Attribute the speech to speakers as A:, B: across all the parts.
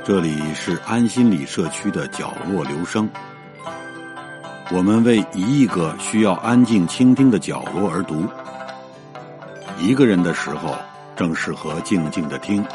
A: 这里是安心理社区的角落留声，我们为1亿个需要安静倾听的角落而读。一个人的时候，正适合静静的听。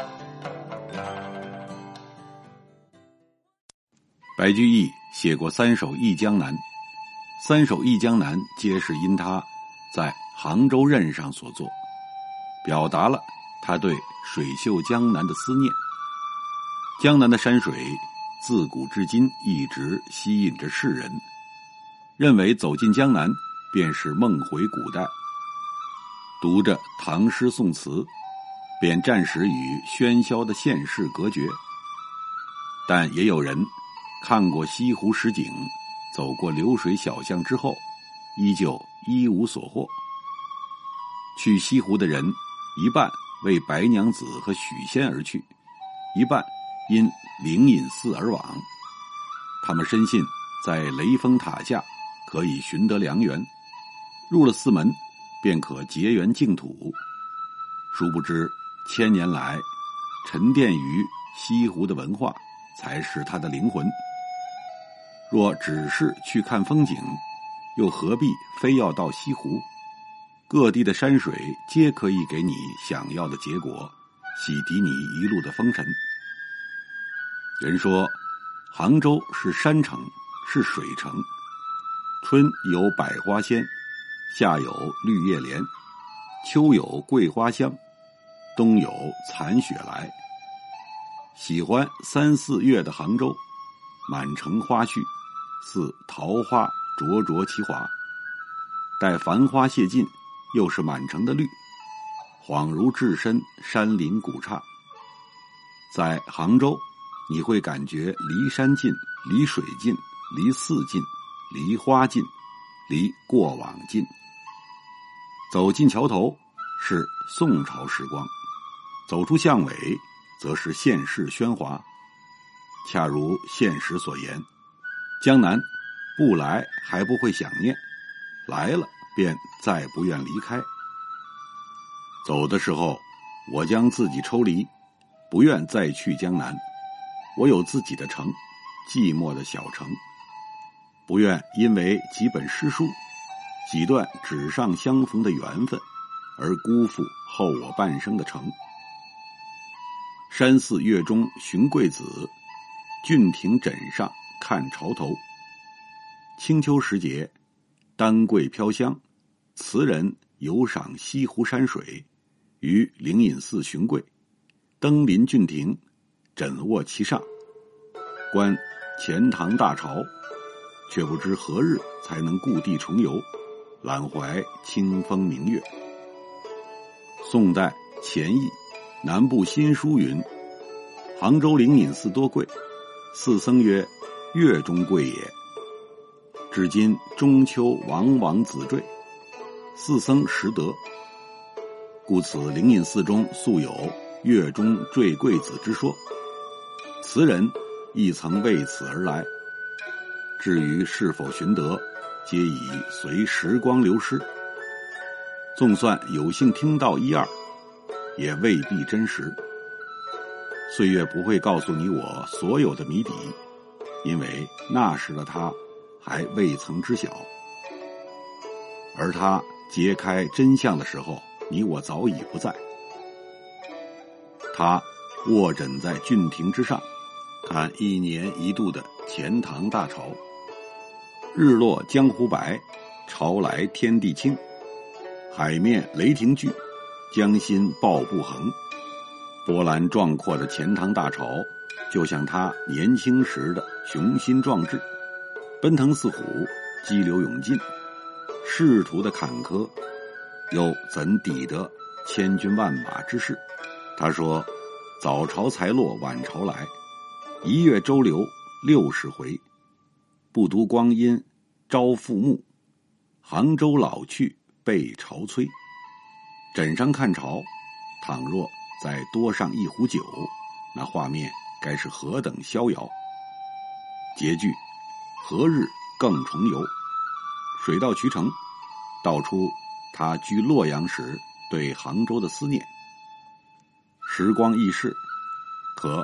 A: 白居易写过3首《忆江南》，3首《忆江南》皆是因他在杭州任上所作，表达了他对水秀江南的思念。江南的山水自古至今一直吸引着世人，认为走进江南便是梦回古代，读着唐诗宋词便暂时与喧嚣的现世隔绝。但也有人看过西湖实景，走过流水小巷之后依旧一无所获。去西湖的人一半为白娘子和许仙而去，一半因灵隐寺而往。他们深信在雷峰塔下可以寻得良缘，入了寺门便可结缘净土。殊不知1000年来沉淀于西湖的文化才是它的灵魂。若只是去看风景，又何必非要到西湖？各地的山水皆可以给你想要的结果，洗涤你一路的风尘。人说杭州是山城，是水城，春有百花鲜，夏有绿叶莲，秋有桂花香，冬有残雪来。喜欢3、4月的杭州，满城花絮，似桃花灼灼其华。待繁花谢尽，又是满城的绿，恍如置身山林古刹。在杭州，你会感觉离山近，离水近，离寺近，离花近，离过往近。走进桥头是宋朝时光，走出巷尾则是现世喧哗。恰如现实所言，江南不来还不会想念，来了便再不愿离开。走的时候，我将自己抽离，不愿再去江南。我有自己的城，寂寞的小城，不愿因为几本诗书，几段纸上相逢的缘分，而辜负后我半生的城。山寺月中寻桂子，郡亭枕上看潮头。清秋时节，丹桂飘香，词人游赏西湖山水，于灵隐寺寻桂，登临郡亭，枕卧其上，观钱塘大潮，却不知何日才能故地重游，揽怀清风明月。宋代钱毅南部新书云：杭州灵隐寺多贵，寺僧曰：月中贵也。至今中秋往往子坠，寺僧识得，故此灵隐寺中素有月中坠桂子之说。词人亦曾为此而来，至于是否寻得，皆已随时光流失。纵算有幸听到1、2，也未必真实。岁月不会告诉你我所有的谜底，因为那时的他还未曾知晓，而他揭开真相的时候，你我早已不在。他卧枕在郡亭之上，看1年1度的钱塘大潮。日落江湖白，潮来天地清。海面雷霆巨，江心抱不横。波澜壮阔的钱塘大潮，就像他年轻时的雄心壮志，奔腾似虎，激流勇进。仕途的坎坷，又怎抵得千军万马之势？他说：早潮才落晚潮来，1月周流60回。不独光阴朝复暮，杭州老去被潮催。枕上看潮，倘若再多上1壶酒，那画面该是何等逍遥。结句何日更重游，水到渠成，道出他居洛阳时对杭州的思念。时光易逝，可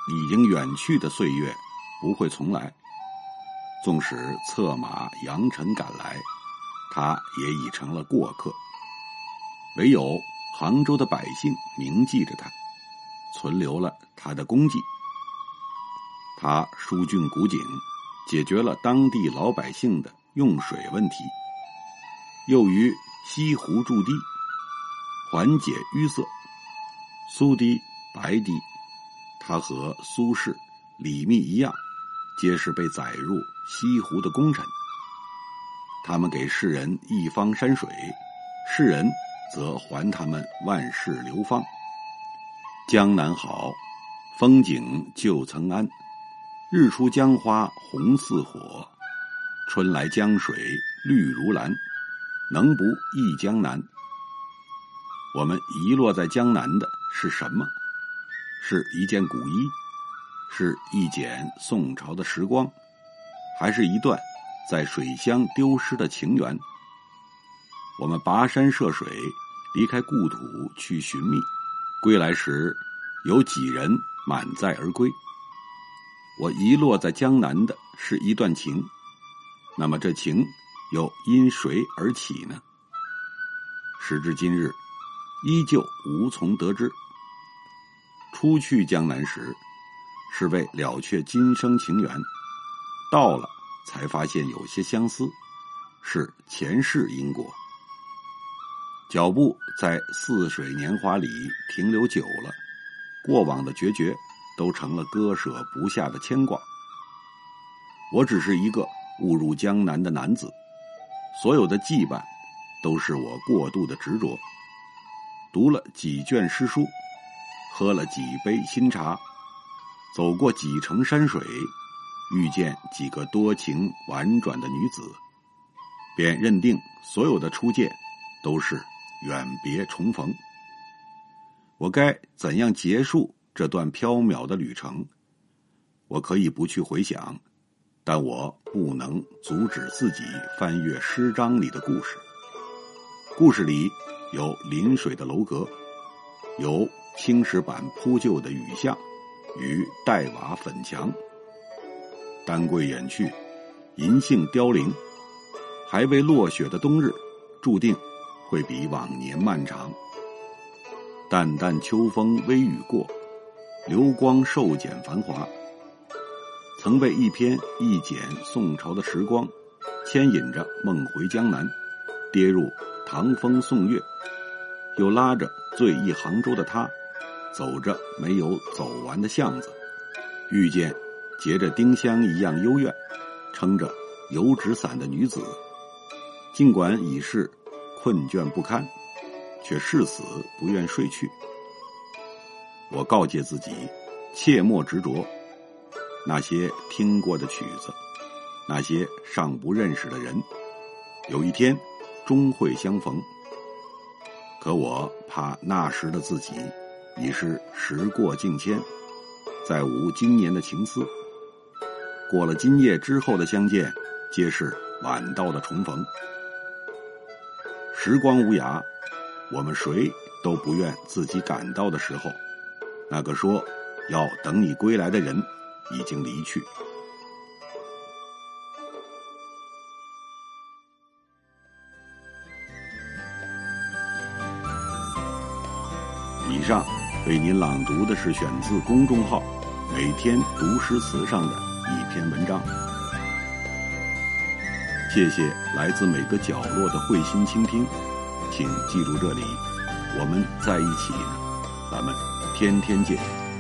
A: 已经远去的岁月不会重来，纵使策马扬尘赶来，他也已成了过客。唯有杭州的百姓铭记着他，存留了他的功绩。他疏浚古井，解决了当地老百姓的用水问题，又于西湖筑堤，缓解淤塞。苏堤、白堤，他和苏轼、李密一样，皆是被载入西湖的功臣。他们给世人一方山水，世人则还他们万世流芳。江南好，风景旧曾谙，日出江花红似火，春来江水绿如蓝，能不忆江南？我们遗落在江南的是什么？是一件古衣，是一剪宋朝的时光，还是一段在水乡丢失的情缘？我们跋山涉水，离开故土去寻觅，归来时有几人满载而归？我遗落在江南的是一段情，那么这情又因谁而起呢？时至今日，依旧无从得知。初去江南时，是为了却今生情缘，到了才发现有些相似，是前世因果。脚步在似水年华里停留久了，过往的决绝都成了割舍不下的牵挂。我只是一个误入江南的男子，所有的羁绊都是我过度的执着。读了几卷诗书，喝了几杯新茶，走过几程山水，遇见几个多情婉转的女子，便认定所有的初见都是远别重逢。我该怎样结束这段缥缈的旅程？我可以不去回想，但我不能阻止自己翻阅诗章里的故事。故事里有临水的楼阁，有青石板铺就的雨巷与黛瓦粉墙。丹桂远去，银杏凋零，还未落雪的冬日注定会比往年漫长。淡淡秋风微雨过，流光瘦减繁华。曾被一篇一剪宋朝的时光牵引着梦回江南，跌入唐风宋月，又拉着醉忆杭州的他，走着没有走完的巷子，遇见结着丁香一样幽怨，撑着油纸伞的女子。尽管已是困倦不堪，却誓死不愿睡去。我告诫自己，切莫执着那些听过的曲子，那些尚不认识的人，有一天终会相逢。可我怕那时的自己已是时过境迁，再无今年的情思。过了今夜之后的相见，皆是晚到的重逢。时光无涯，我们谁都不愿自己赶到的时候，那个说要等你归来的人已经离去。以上为您朗读的是选自公众号每天读诗词上的一篇文章。谢谢来自每个角落的慧心倾听，请记住这里，我们在一起呢，咱们天天见。